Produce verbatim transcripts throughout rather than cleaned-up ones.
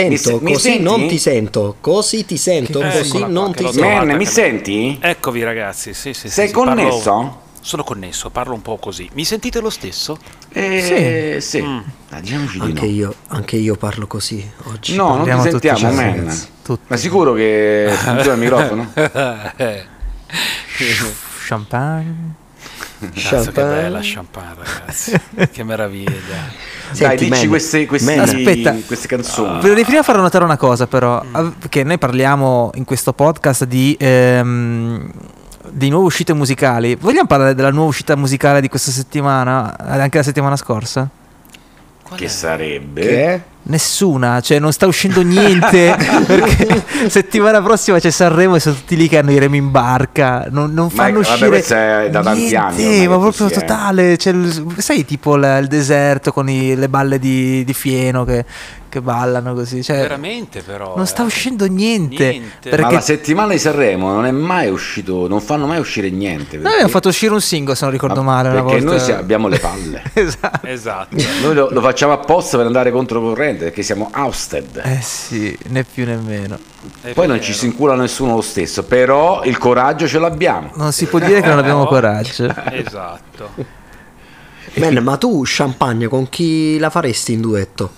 Mi se- mi così senti? non ti sento, così ti sento, Che- così eccola non qua, ti che l'ho sento. trovata. Man, mi senti? Eccovi ragazzi, sì, sì, Sei sì, sì, parlo- connesso? Sono connesso, parlo un po' così. Mi sentite lo stesso? Eh, sì. Mm. Ah, diciamoci di Anche no. io, anche io parlo così oggi. No, non ti Parliamo tutti sentiamo, così, man. ragazzi, tutti. Ma sicuro che funziona il microfono? Eh, Champagne. cazzo, che Champagne. bella champagne, ragazzi. Che meraviglia. Dai, Senti, dici man, questi, questi, man. Aspetta. queste canzoni. Volevo prima far notare una cosa, però, av- che noi parliamo in questo podcast di, ehm, di nuove uscite musicali. Vogliamo parlare della nuova uscita musicale di questa settimana, anche la settimana scorsa? Qual Che è? sarebbe? Che è? Nessuna, cioè non sta uscendo niente perché settimana prossima c'è Sanremo e sono tutti lì che hanno i remi in barca, non, non Ma fanno vabbè, uscire questo è da tanti niente, anni ormai ma che proprio così è. totale, c'è il- sai tipo il, il deserto con i- le balle di, di fieno che, che ballano così, cioè Veramente però. non sta eh. uscendo niente, Niente. perché Ma la settimana di Sanremo non è mai uscito, non fanno mai uscire niente. noi abbiamo fatto uscire un singolo se non ricordo Ma male una perché volta. noi si- abbiamo le palle. Esatto. Esatto. Noi lo, lo facciamo apposta per andare controcorrente perché siamo ousted. Eh sì, né più né meno. È Poi non vero. ci si incula nessuno lo stesso, però il coraggio ce l'abbiamo. Non si può dire che non abbiamo coraggio. Esatto. Man, ma tu Champagne con chi la faresti in duetto?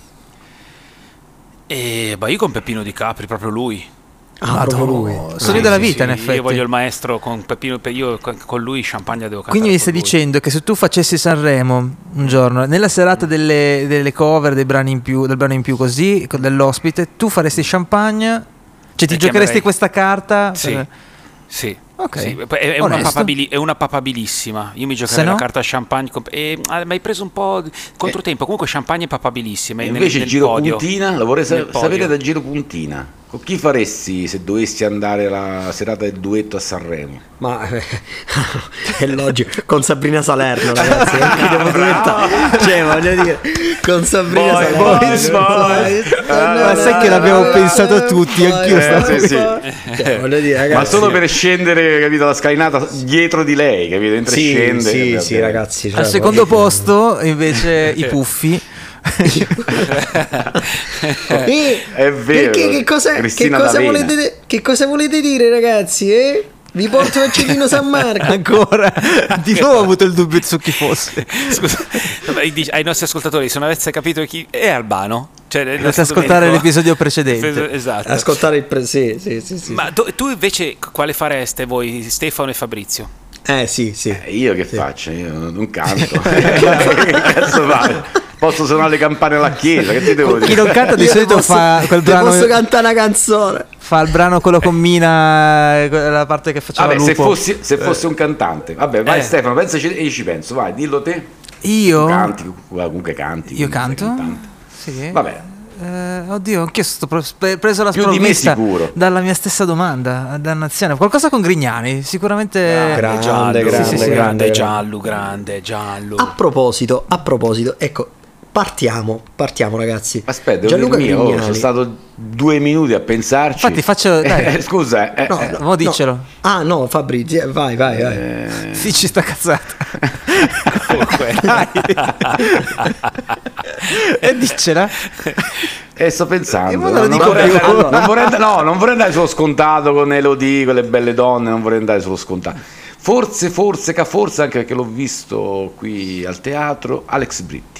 E beh, io con Peppino Di Capri, proprio lui. Ah, proprio lui. Sogno Sì, della sì, vita, sì, in effetti. Io voglio il maestro con Peppino, io con con lui Champagne devo cantare. Quindi mi con stai lui. dicendo che se tu facessi Sanremo un giorno, nella serata delle, delle cover dei brani in più, del brano in più così, con dell'ospite, tu faresti Champagne? Cioè ti E giocheresti chiamerei- questa carta? Sì. Per- Sì. Ok. Sì, È, è una Onesto. papabili- è una papabilissima. Io mi Se giocherei no? la carta Champagne. con- e, ah, mi hai preso un po' di controtempo. Comunque Champagne è papabilissima. è E nel- invece nel Giro podio. Puntina, lo vorrei sa- Nel podio. sapere da Giro Puntina. Con chi faresti se dovessi andare la serata del duetto a Sanremo? Ma eh, è logico, con Sabrina Salerno, ragazzi. Anche devo duettare. Cioè, voglio dire, con Sabrina Boy, Salerno. boys, boys. Ma sai che l'abbiamo pensato tutti, anch'io Eh, stavo- sì, sì. Cioè, voglio dire, ragazzi. Ma solo per scendere, capito, la scalinata dietro di lei, capito? Mentre Sì, scende. sì, vabbè. sì, ragazzi. cioè, Al secondo voglio- posto invece i Puffi. Eh, È vero. Perché che cosa, che Cristina cosa D'Avena. volete, che cosa volete dire, ragazzi? Eh? Vi porto a Cellino San Marco. Ancora di nuovo ho avuto il dubbio su chi fosse. Scusa, vabbè, dici- ai nostri ascoltatori, se non avesse capito chi è Albano, cioè nel Dovete nostro ascoltare Domenico- l'episodio precedente. Esatto. Ascoltare il pre... Sì, sì, sì, sì. Ma tu, tu invece quale fareste voi, Stefano e Fabrizio? Eh, sì, sì. Eh, io che faccio? Io non canto. Che cazzo fai? Posso suonare le campane alla chiesa, che ti devo Chi dire? non canta di Io solito posso- fa quel ti brano, posso cantare una canzone. fa il brano quello con Mina, la parte che faceva Vabbè, se Lupo. fossi, se fossi un cantante, vabbè, vai Eh. Stefano, pensaci e io ci penso, vai, dillo te. Io? Canti, comunque canti. Io quindi sei canto? cantante. Sì. Vabbè, Eh, oddio, anch'io sono pro- pre- preso la Più di me sprovvista sicuro. dalla mia stessa domanda, dannazione. Qualcosa con Grignani, sicuramente. Grande, Giallo, grande, sì, sì, grande, grande, grande. giallo, grande, giallo. A proposito, a proposito, ecco, partiamo, partiamo ragazzi. aspetta, devo Gianluca dire il mio, oh, Grignani. sono stato due minuti a pensarci. Infatti faccio- dai. Eh, scusa, eh, No, eh, no, mo diccelo. no. Ah, no, Fabrizio, vai, vai, vai. eh, Sì, ci sta cazzata. Comunque. Dai. E diccela. eh, sto pensando. Io me lo non, dico vorrei più. andare, non vorrei andare- no, non vorrei andare sullo scontato con Elodie, con le belle donne, non vorrei andare sullo scontato. Forse, forse, ca forse, anche perché l'ho visto qui al teatro, Alex Britti.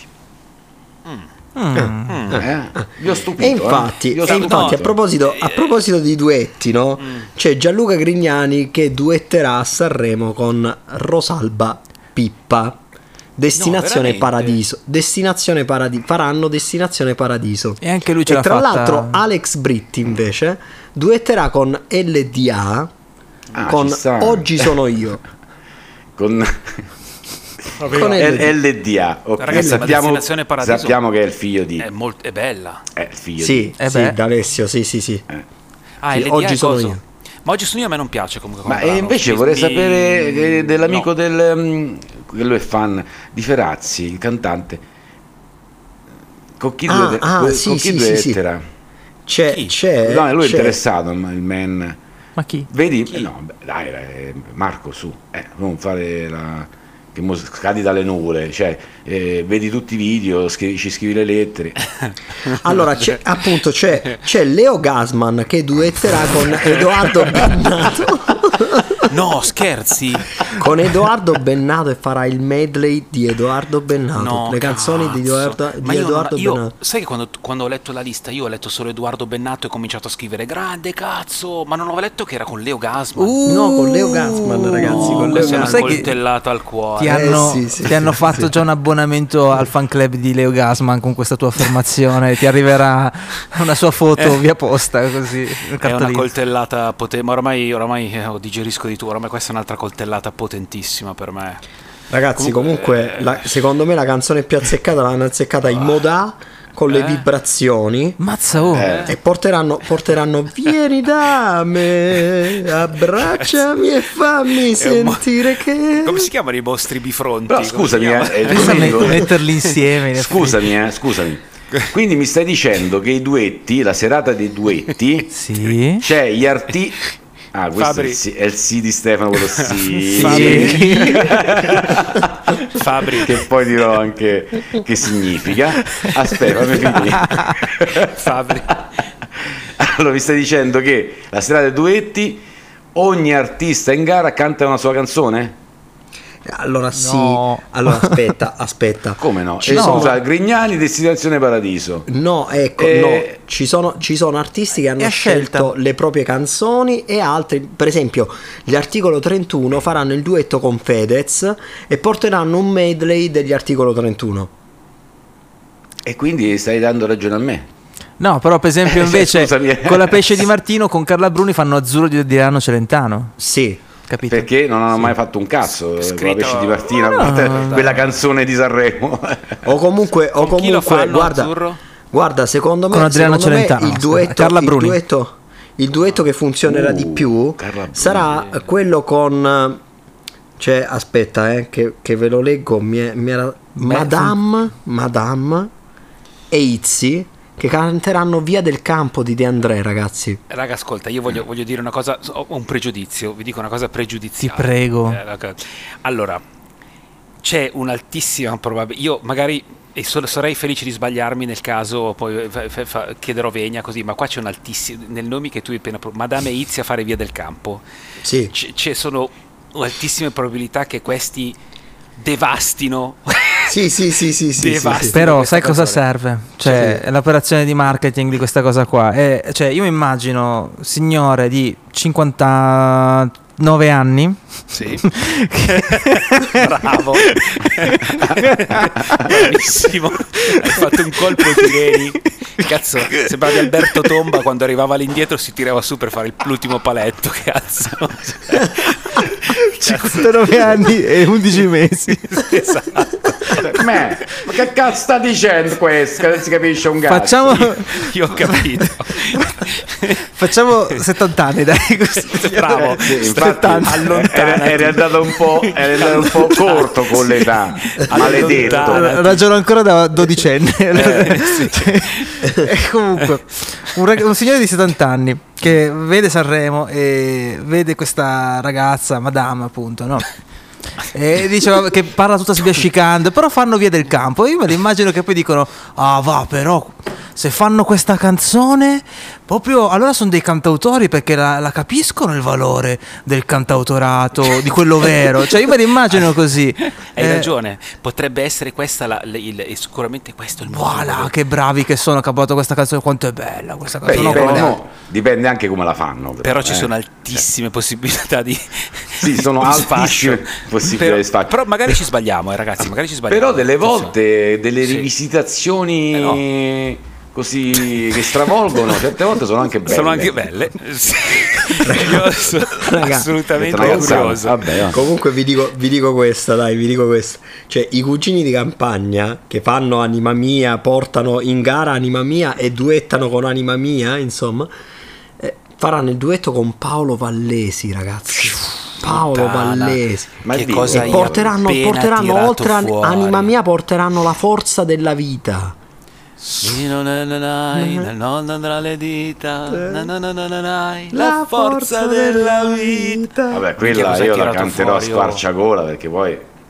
Eh? Vi ho stupito. E infatti, eh? Vi ho e stupito. infatti a, proposito, a proposito di duetti, no? C'è Gianluca Grignani che duetterà a Sanremo con Rosalba Pippa. Destinazione veramente? Paradiso. Destinazione Paradiso. Faranno Destinazione Paradiso. E anche lui ce E l'ha tra fatta. l'altro Alex Britti invece duetterà con L D A Ah, con ci sta. Oggi sono io. Con Con L D A. L D A. Ok, Ragazzi, ma sappiamo, Destinazione Paradiso sappiamo che è il figlio di... È, molto, è bella. È il figlio Sì, di... Eh sì, beh. d'Alessio, sì, sì, sì. Ah, Sì, L D A oggi è sono coso. io. Ma oggi sono io a me non piace comunque. Ma come e brano. invece Mi- vorrei mi- sapere eh, dell'amico no. del... um, che lui è fan di Ferazzi, il cantante. Con chi Ah, due ah, con sì, chi sì, sì, sì. duetterà? C'è, Chi? c'è, No, lui è c'è. interessato, il man. Ma chi? Vedi? No, beh, dai, eh, Marco, su. Eh, non fare la... che mo scadi dalle nuvole, cioè eh, vedi tutti i video, scrivi, ci scrivi le lettere. Allora c'è, appunto c'è, c'è Leo Gasman che duetterà con Edoardo Bennato. No, scherzi. Con Edoardo Bennato e farà il medley di Edoardo Bennato, No, le canzoni di cazzo. Edoardo, Ma di io, non- Edoardo io- Bennato. sai che quando, quando ho letto la lista io ho letto solo Edoardo Bennato e ho cominciato a scrivere grande cazzo, ma non avevo letto che era con Leo Gasman. Uh, No, con Leo Gasman, ragazzi, No, con Leo questa è una Sai Gasman. che- coltellata al cuore. Ti Eh, hanno, sì, sì, ti sì, hanno sì, fatto sì. già un abbonamento al fan club di Leo Gasman con questa tua affermazione. Ti arriverà una sua foto via posta, così un È una cartolino. coltellata potente, ma ormai, ormai eh, oh, digerisco di tu, ormai questa è un'altra coltellata potentissima per me. Ragazzi, comunque, la- secondo me la canzone più azzeccata l'hanno azzeccata i Modà con le Eh? vibrazioni. Mazza, oh. Eh. E porteranno, porteranno vieni da me, abbracciami e fammi È un mo- sentire che... Come si chiamano i mostri bifronti? Però Come si scusami, chiama? eh, eh, Pensa a Domenico, met- metterli insieme. in effetti. scusami, eh, scusami. Quindi mi stai dicendo che i duetti, la serata dei duetti, Sì. c'è gli arti... Ah, questo è Fabri. il, sì, è il sì di Stefano, quello sì. Fabri. Fabri. Che poi dirò anche che significa. Aspetta, fammi finire. Fabri. Allora mi stai dicendo che la serata dei duetti, ogni artista in gara canta una sua canzone? Allora sì, No. allora aspetta, aspetta. Come no? Ci Eh, sono- Scusa, Grignani, Destinazione Paradiso. No, ecco, Eh, no, ci sono, ci sono artisti che È hanno a scelta. scelto le proprie canzoni e altri, per esempio, gli Articolo trentuno faranno il duetto con Fedez e porteranno un medley degli Articolo trentuno. E quindi stai dando ragione a me. No, però per esempio invece Scusami, eh. con la Pesce di Martino, con Carla Bruni fanno Azzurro di Adriano Celentano. Sì. Capito? Perché non hanno mai fatto un cazzo eh, con la Scritto- Pesce di Martina, No, guarda, no, no. quella canzone di Sanremo. O comunque, o Con chi lo comunque fanno, guarda, Azzurro? guarda, secondo me, Con Adriano secondo me Celentano, il duetto, Carla il Bruni. duetto, il duetto che funzionerà Uh, di più Carla Bruni. sarà quello con, cioè, aspetta, eh, che, che ve lo leggo, mi, è- mi era Madame, Madame e Izzy che canteranno Via del Campo di De André, ragazzi. Raga, ascolta, io voglio, voglio dire una cosa, ho un pregiudizio, vi dico una cosa pregiudiziale. Ti prego. Eh, raga. Allora, c'è un'altissima probabilità, io magari e so- sarei felice di sbagliarmi nel caso, poi fa- fa- fa- chiederò venia così, ma qua c'è un altissimo, nel nome che tu hai appena pro- Madame Izzy a fare Via del Campo, Sì. c- ci sono altissime probabilità che questi devastino. Sì, sì, sì, sì, sì, sì, Devasti- sì. Però questa sai cosa canzone. serve? Cioè, Sì. l'operazione di marketing di questa cosa qua. È, cioè, io mi immagino signore di cinquantanove anni. Sì. Bravo. Bravissimo. Hai fatto un colpo di reni. Cazzo, sembravi Alberto Tomba quando arrivava all'indietro si tirava su per fare il- l'ultimo paletto. Cazzo. cinquantanove anni e undici mesi. Esatto. Ma che cazzo sta dicendo questo? Che non si capisce un cazzo. Facciamo, Io ho capito. facciamo settanta anni, dai. così. Bravo. Sì, infatti, settanta. era, era andato un po', era andato un po' corto con l'età, maledetto. Allontanati. Ragiono ancora da dodicenne. Eh, sì. E comunque, un, rag- un signore di settanta anni che vede Sanremo e vede questa ragazza, Madame, appunto, no? E dice che parla tutta sbiascicando, però fanno Via del Campo. Io me lo immagino che poi dicono: ah, va, però se fanno questa canzone, proprio allora sono dei cantautori perché la, la capiscono il valore del cantautorato, di quello vero. Cioè, io me lo immagino così. Hai Eh, ragione, potrebbe essere questa la, le- il, e sicuramente questo è il motivo. Voilà, che bravi che sono, che hanno fatto questa canzone, quanto è bella questa Beh, canzone. No, dipende, come- no, dipende anche come la fanno. Però ci eh. sono altissime possibilità di Sì, sono di altissime sfascio. possibilità però, di sfascio. però magari ci sbagliamo, eh, ragazzi, magari ci sbagliamo. Però delle Attenzione. volte delle Sì. rivisitazioni Eh così che stravolgono, certe volte sono anche belle. Sono anche belle. Sì. Io sono Raga, assolutamente Detto una cazzata. curioso. Vabbè, va. Comunque vi dico, vi dico questa, dai, vi dico questa. Cioè, i cugini di campagna che fanno Anima Mia, portano in gara Anima Mia e duettano con Anima Mia, insomma, eh, faranno il duetto con Paolo Vallesi, ragazzi. Paolo Puttana. Vallesi. Ma Che Dio. cosa E hai porteranno, appena porteranno tirato oltre a fuori. Anima Mia, porteranno la forza della vita. Sì, non è- non hai, non andrà le dita, non- non- non- non hai la forza della vita. Vabbè, Minchia, quella cosa hai io la tirato canterò a fuori, oh. squarciagola perché poi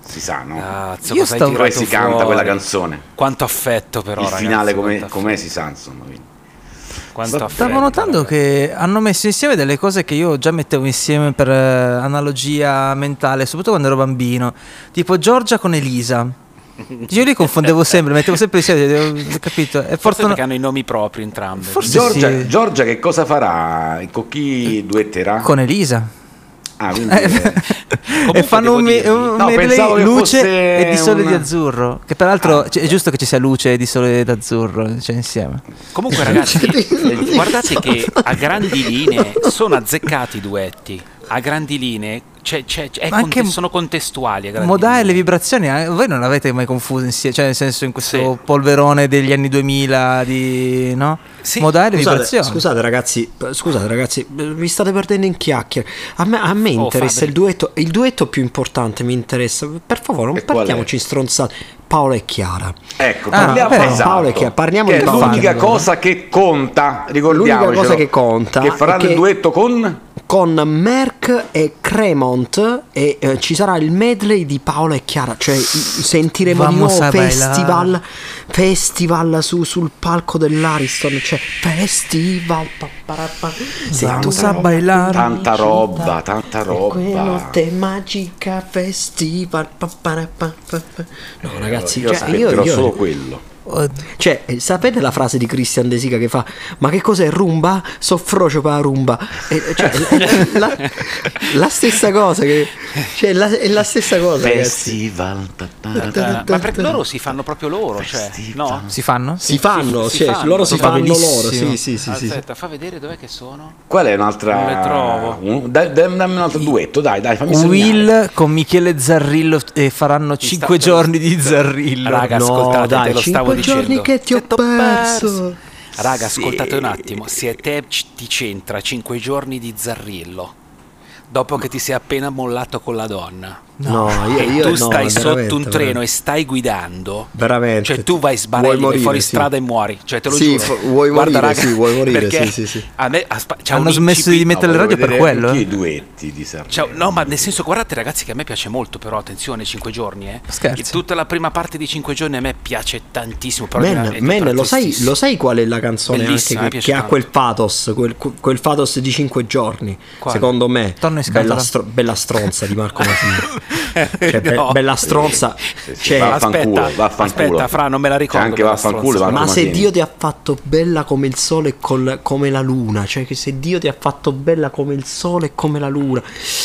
si sa, no? Cazzo, Io cosa hai stavo- Poi tirato si canta fuori? quella canzone. Quanto affetto però, Il ragazzi, finale com'è, quanto com'è affetto. si sa, insomma. Quindi. Quanto affetto, Stavo notando ragazzi. che hanno messo insieme delle cose che io già mettevo insieme per eh, analogia mentale, soprattutto quando ero bambino, tipo Giorgia con Elisa. Io li confondevo sempre, mettevo sempre insieme, ho capito? E Forse portano- perché hanno i nomi propri entrambe. Forse- Giorgia, sì. Giorgia che cosa farà? Con chi duetterà? con Elisa. Ah, quindi, eh, Comunque E fanno devo un, me- dirvi- un No, medley pensavo che luce fosse e di sole una- di azzurro. Che peraltro Ah, c- è giusto che ci sia luce e di sole d'azzurro, cioè insieme. Comunque ragazzi, guardate che a grandi linee sono azzeccati i duetti. A grandi linee c'è, c'è, c'è- è Ma anche conte- sono contestuali. A grandi Modà e linee. le vibrazioni, eh, voi non l'avete mai confuso insieme, cioè nel senso in questo Sì. polverone degli anni duemila di no? Sì. Modà e le Scusate, vibrazioni. scusate ragazzi, scusate ragazzi, vi state perdendo in chiacchiere. A me, a me Oh, interessa Fabri. il duetto, il duetto più importante mi interessa. Per favore, non E qual è? partiamoci stronzate. Paolo e Chiara. ecco, Ah, parliamo, beh, esatto, Paolo e Chiara, parliamo che di è Paolo e l'unica Chiara. cosa che conta, ricordiamocelo. L'unica cosa che conta che faranno è che- il duetto con Con Merck e Cremont e eh, ci sarà il medley di Paolo e Chiara, cioè i- sentiremo Vamos di a nuovo bailar. festival festival su, sul palco dell'Ariston, cioè festival pa, pa, pa, pa. Se Vamos tu a bailar. tanta roba, tanta e quella roba. notte magica festival pa, pa, pa, pa, pa. No ragazzi, io cioè, io, aspetterò io- solo quello. Oh, cioè, eh, sapete la frase di Christian De Sica che fa: ma che cos'è rumba? Soffrocio per la rumba. E, cioè, la, la- la stessa cosa che, cioè, la- è la stessa cosa, ragazzi. Festival. ta, ta, ta, Eh, ta. ma perché loro si fanno proprio loro, cioè, no? si fanno? Si fanno, si cioè, fanno, loro si si fanno fanno loro. benissimo. Sì, sì, sì, sì, sì. Aspetta, fa vedere dov'è che sono. Qual è un'altra? Non le trovo. un- dai, dai, dammi un altro duetto, dai, dai, fammi sognare. Will con Michele Zarrillo e faranno cinque sta- giorni di Zarrillo. Raga, No, ascoltate, dai, te lo stavo cinque giorni dicendo. che ti ho Se t'ho perso. Raga, Sì. ascoltate un attimo, se a te c- ti c'entra cinque giorni di Zarrillo, dopo che ti sei appena mollato con la donna, No, io, e io tu no, stai veramente, sotto un treno veramente. e stai guidando, Veramente. cioè tu vai Vuoi sbarelli morire, fuori sì. strada e muori, cioè te lo Sì, giuro. fu- vuoi Guarda, morire, raga, sì, vuoi morire, perché sì, sì, sì. a me aspa- c'ha Hanno un smesso di incipit- mettere No, le radio voglio per vedere quello, anche eh? i duetti di Sanremo. Cioè, no, ma nel senso, guardate ragazzi che a me piace molto, però attenzione, cinque giorni, eh. Scherzi. E tutta la prima parte di cinque giorni a me piace tantissimo, però Men, è men, lo, sai, tristissimo. lo sai qual è la canzone anche Bellissima, mi che, piace che ha tanto. quel pathos, quel, quel pathos di cinque giorni? Quale? Secondo me, Torno in scatola. bella, stro- bella stronza di Marco Masini. Cioè, be- No. bella stronza. Sì, sì, Cioè, vaffanculo, aspetta, vaffanculo. aspetta, Fra, non me la ricordo C'è anche quella vaffanculo, stronza. Marco ma se Masini. Dio ti ha fatto bella come il sole e col- come la luna, cioè che se Dio ti ha fatto bella come il sole e come la luna.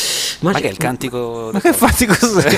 Ma cioè- che è il cantico? Ma che fatti cos'è?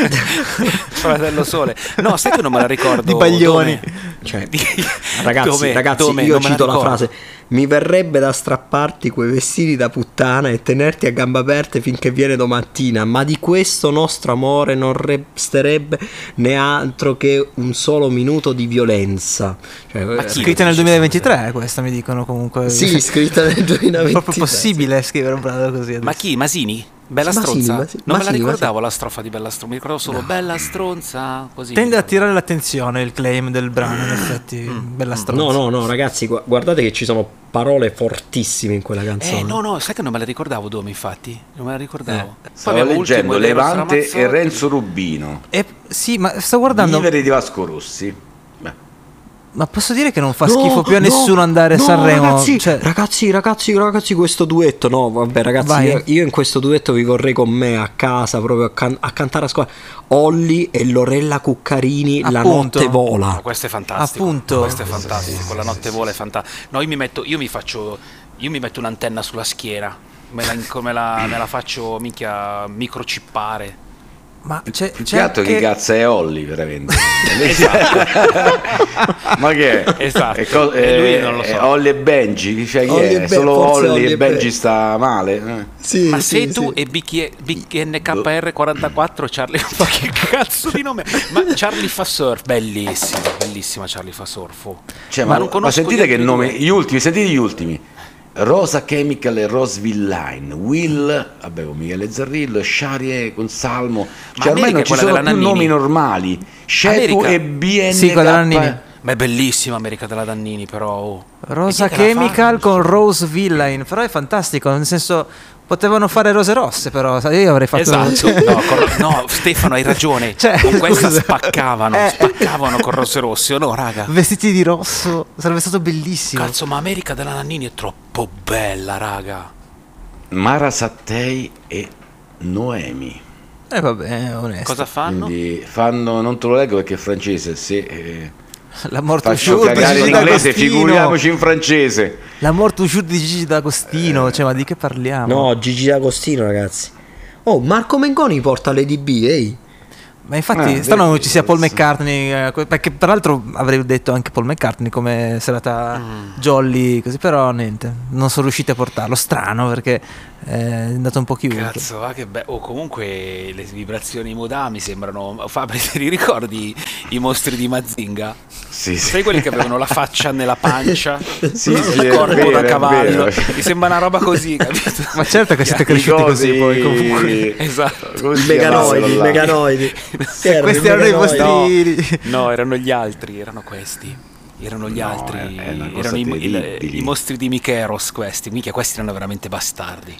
Fratello Sole. No, sai che non me la ricordo. Di Baglioni. Dove? Cioè, Di- ragazzi, dove? ragazzi Dove? io Non me cito la ricordo. frase: mi verrebbe da strapparti quei vestiti da puttana e tenerti a gambe aperte finché viene domattina, ma di questo nostro amore non resterebbe né altro che un solo minuto di violenza. Cioè, Ma eh, chi- Scritta nel duemilaventitré, questa mi dicono comunque. sì, scritta nel È duemilaventitré. proprio possibile scrivere un brano così adesso. Ma chi? Masini? Bella Masini, stronza? Masini, non me Masini, la ricordavo la strofa di Bella Stronza, mi ricordavo solo Bella Stronza, così. Tende a attirare l'attenzione il claim del brano, in effetti. Bella stronza. No, no, no, ragazzi, gu- guardate che ci sono parole fortissime in quella canzone. Eh, no, no, sai che non me la ricordavo Dome, infatti. Non me la ricordavo. Poi Stavo abbiamo leggendo Ultimo, Eros Levante e Ramazzotti. Renzo Rubino. E, sì, ma sto guardando. Vivere di Vasco Rossi. Beh, Ma posso dire che non fa No, schifo più a no, nessuno andare a no, Sanremo? Ragazzi, Cioè, ragazzi, ragazzi, ragazzi, questo duetto, no, vabbè, ragazzi, Vai. io, io in questo duetto vi vorrei con me a casa, proprio a, can- a cantare a scuola. Olli e Lorella Cuccarini, La Appunto. notte vola. No, questo è fantastico. Appunto. Questo è fantastico. La notte vola è fantastico. No, io mi metto, io mi faccio, io mi metto un'antenna sulla schiera. Me la, come la, me la faccio minchia microchippare. ma c'è, più c'è che altro anche- che cazzo è Olli, veramente. Esatto. Ma che è? Esatto. È co- E lui è- non lo so. è Olli e Benji, cioè, chi Olli è? e Ben- Solo forse Olli, Olli e e Benji Ben. sta male. eh. Sì, Ma sì, se tu sì. e B K N K R quarantaquattro Charlie ma che cazzo di nome? Ma Charlie fa surf, bellissimo, bellissima Charlie fa surf. oh. Cioè, Ma ma, non ma conosco sentite gli che altri nome, due. gli ultimi, sentite gli ultimi. Rosa Chemical e Roseville Line, Will, vabbè, con Michele Zarrillo, Sharie con Salmo. Ma Cioè, ormai America non è ci quella sono della più Nannini? nomi normali. Shetu America? e B N K. Sì, quella della Nannini. Ma è bellissima America della Dannini, però. Oh. Rosa E chi è che la Chemical fa? con Rose Villain, però è fantastico, nel senso potevano fare rose rosse, però sai, io avrei fatto Esatto, no, con- no, Stefano hai ragione, Cioè, con questa scusa. spaccavano, Eh. spaccavano con rose rosse, o no raga? vestiti di rosso, sarebbe stato bellissimo. Cazzo, ma America della Nannini è troppo bella, raga. Mara Sattei e Noemi. E eh, vabbè, onesto. Cosa fanno? Quindi fanno, non te lo leggo perché è francese, se eh, La morte faccio asciutta di cagare in Gigi inglese, D'Agostino. figuriamoci in francese. La morte asciutta di Gigi D'Agostino, cioè ma di che parliamo? No, Gigi D'Agostino, ragazzi. Oh, Marco Mengoni porta l'E D B, ehi. Ma infatti Ah, strano vedi, non ci sia Paul sì. McCartney, eh, que- perché tra l'altro avrei detto anche Paul McCartney come serata Mm. jolly, così, però niente, non sono riusciti a portarlo. Strano perché è andato un po' chiuso. Cazzo, va che bello. O comunque le vibrazioni modà mi sembrano. Fabri, ti ricordi i mostri di Mazinga? Sì, sì. Sai quelli che avevano la faccia nella pancia? Sì, il sì, è corpo vero, da è cavallo. vero. Mi sembra una roba così, capito? Ma certo che siete I cresciuti così cosi- poi comunque. Esatto. come si I meganoidi, chiamavano i là? meganoidi. Sì, erano Questi i erano i meganoidi. vostri... No, erano gli altri, erano questi. Erano gli No, altri. è- è una cosa Erano i, il- terribile. i mostri di Mikeros questi. Mica questi erano veramente bastardi.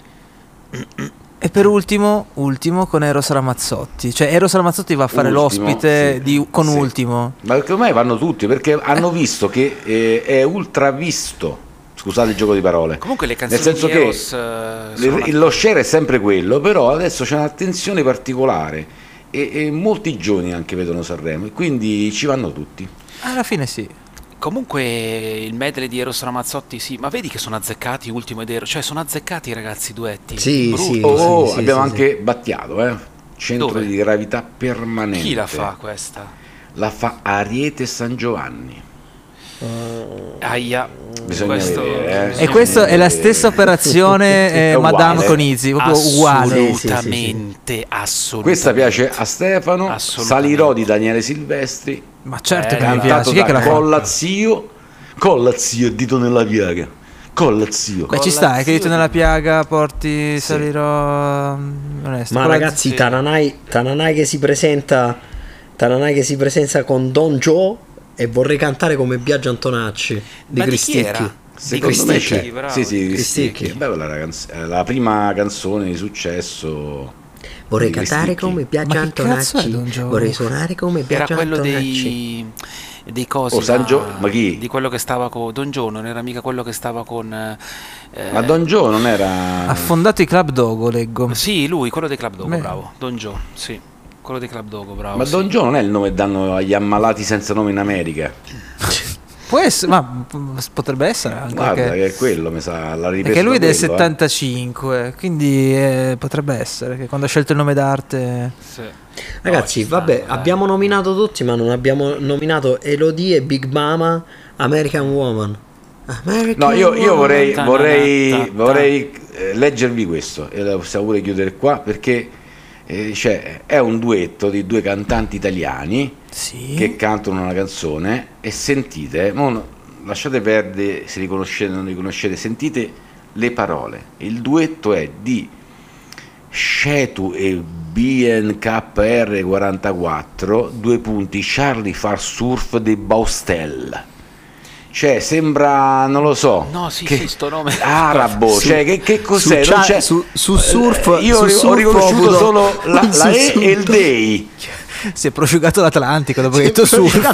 E per ultimo, ultimo con Eros Ramazzotti. Cioè Eros Ramazzotti va a fare Ultimo, l'ospite sì. di, con Sì. Ultimo. Ma perché ormai vanno tutti, perché hanno visto che eh, è ultravisto. Scusate il gioco di parole. Comunque le Nel canzoni senso di che Eros eh, sono il- una- lo share è sempre quello, però adesso c'è un'attenzione particolare e, e molti giovani anche vedono Sanremo e quindi ci vanno tutti. Alla fine sì. Comunque il medley di Eros Ramazzotti, sì, ma vedi che sono azzeccati Ultimo ed Eros, cioè sono azzeccati i ragazzi i duetti. Sì, Brutto. sì. Oh, sì, abbiamo sì, anche Battiato, eh? Centro Dove? di gravità permanente. Chi la fa questa? La fa Ariete San Giovanni. Aia. Bisogna questo... vedere, eh. E questa è la stessa operazione È eh, uguale. Madame Conizzi, proprio uguale. Assolutamente, assolutamente. Questa piace a Stefano. Assolutamente. Salirò di Daniele Silvestri. Ma certo Eh, che mi Cantato piace. Chi è che da la fa? Collazio. Collazio, dito nella piaga. Collazio. Beh, ci sta, è che dito nella piaga porti, Sì. salirò. mm, Onesto. Ma Quella- ragazzi, sì. Tananai, Tananai che si presenta Tananai che si presenta con Don Joe e vorrei cantare come Biagio Antonacci di Ma di chi era? Cristicchi. Secondo Di me Cristicchi, c'è. bravo. Sì, sì, Cristicchi. Cristicchi. Beh, quella era la, canz- eh, la prima canzone di successo. Vorrei di cantare Cristicchi. come Biagio Ma che cazzo è Don Antonacci. Joe? Vorrei suonare come Era Biagio quello Antonacci. dei dei cosi Oh, San là, Gio- ma chi? di quello che stava con Don Joe, non era mica quello che stava con eh, Ma Don Joe non era. Ha fondato i Club Dogo, leggo. sì, lui, quello dei Club Dogo, Beh. bravo. Don Joe, sì. Quello dei Club Dogo, bravo. Ma sì. Don Joe non è il nome che danno agli ammalati senza nome in America. Può essere, ma p- potrebbe essere anche. Guarda perché- che è quello, mi sa, l'ha ripreso. Perché lui è da del quello, eh. settantacinque, quindi eh, potrebbe essere che quando ha scelto il nome d'arte. Sì. Ragazzi, No, ci vabbè, stanno, dai. abbiamo nominato tutti, ma non abbiamo nominato Elodie e Big Mama, American Woman. American No, io, io Woman. vorrei, Ta- vorrei, ta- ta- vorrei eh, leggervi questo e la possiamo pure chiudere qua perché eh, cioè, è un duetto di due cantanti italiani Sì. che cantano una canzone e sentite, mo no- lasciate perdere se riconoscete o non riconoscete, sentite le parole. Il duetto è di Shetu e B N K R quarantaquattro, due punti, Charlie Far Surf dei Baustelle. Cioè, sembra, non lo so, No, sì, che- sì, sto nome. arabo, Su- cioè che, che cos'è? su Non Cha- c'è- su- su surf- io su ho surf ho riconosciuto avuto solo la, un la E e il sussulto. Dei. Si è prosciugato l'Atlantico dopo che hai detto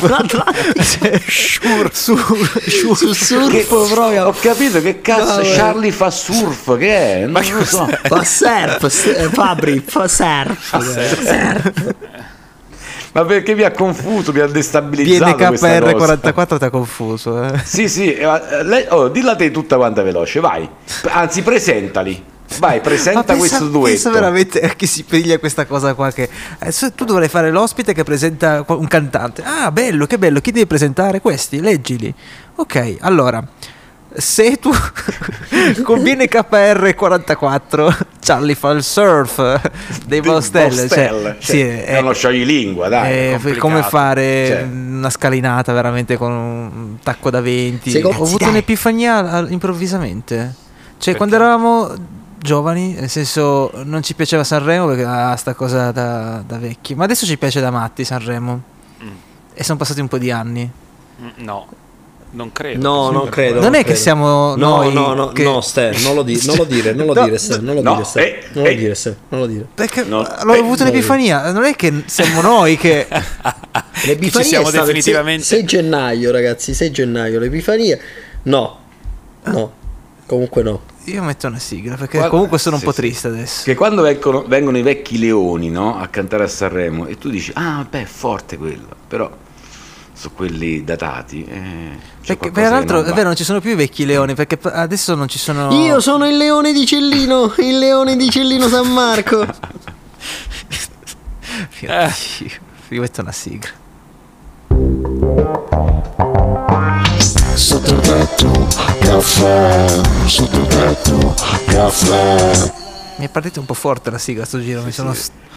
surf. Sur, sur, su surf Che- proprio. ho capito che cazzo No, eh. Charlie fa surf, che è? Non lo so. Fa surf, s- Fabri, fa surf. surf. Ma perché mi ha confuso, mi ha destabilizzato questa B N K R cosa. quarantaquattro ti ha confuso. Eh. Sì, sì, eh, lei- oh, dilla te tutta quanta veloce, vai. Anzi, presentali. Vai, presenta Ma pensa- questo Pensa duetto. veramente che si piglia questa cosa qua che adesso tu dovrai fare l'ospite che presenta qua- un cantante. Ah, bello, che bello, chi devi presentare? Questi, leggili. Ok, allora, se tu con B N K R quarantaquattro Charlie fa il surf dei Di Baustelle, Baustelle, cioè, cioè, sì, è uno scioglilingua, dai. è complicato. come fare Cioè. una scalinata veramente con un tacco da venti. Secondo- Ho avuto dai. un'epifania al- improvvisamente. Cioè, Perché? quando eravamo giovani, nel senso, non ci piaceva Sanremo perché ah, sta cosa da, da vecchi. Ma adesso ci piace da matti Sanremo. Mm. E sono passati un po' di anni. Mm, No, non credo. No, che non sia- credo. Non è che credo. siamo No, noi no, no, che- no, Ste, non lo, di- non lo dire, non lo No, dire, Ste, non lo no, dire, Ste, eh, non lo eh. dire, Ste, non lo dire. Perché No, l'ho eh, avuto no, un'epifania, non è che siamo noi che... L'Epifania Ci siamo è stata il definitivamente. sei gennaio, ragazzi, sei gennaio, l'Epifania. No. No. Comunque no. Io metto una sigla perché Guarda- comunque sono un sì, po' sì. triste adesso. Che quando vengono, vengono i vecchi leoni, no, a cantare a Sanremo e tu dici ah beh è forte quello, però su quelli datati eh, c'è Perché qualcosa peraltro che è non vero, va. non ci sono più i vecchi leoni perché p- adesso non ci sono... Io sono il leone di Cellino, il leone di Cellino San Marco. Mio Dio, io metto una sigla. Sottotetto, caffè, sottotetto, caffè. Mi è partita un po' forte la sigla sto giro, mi sono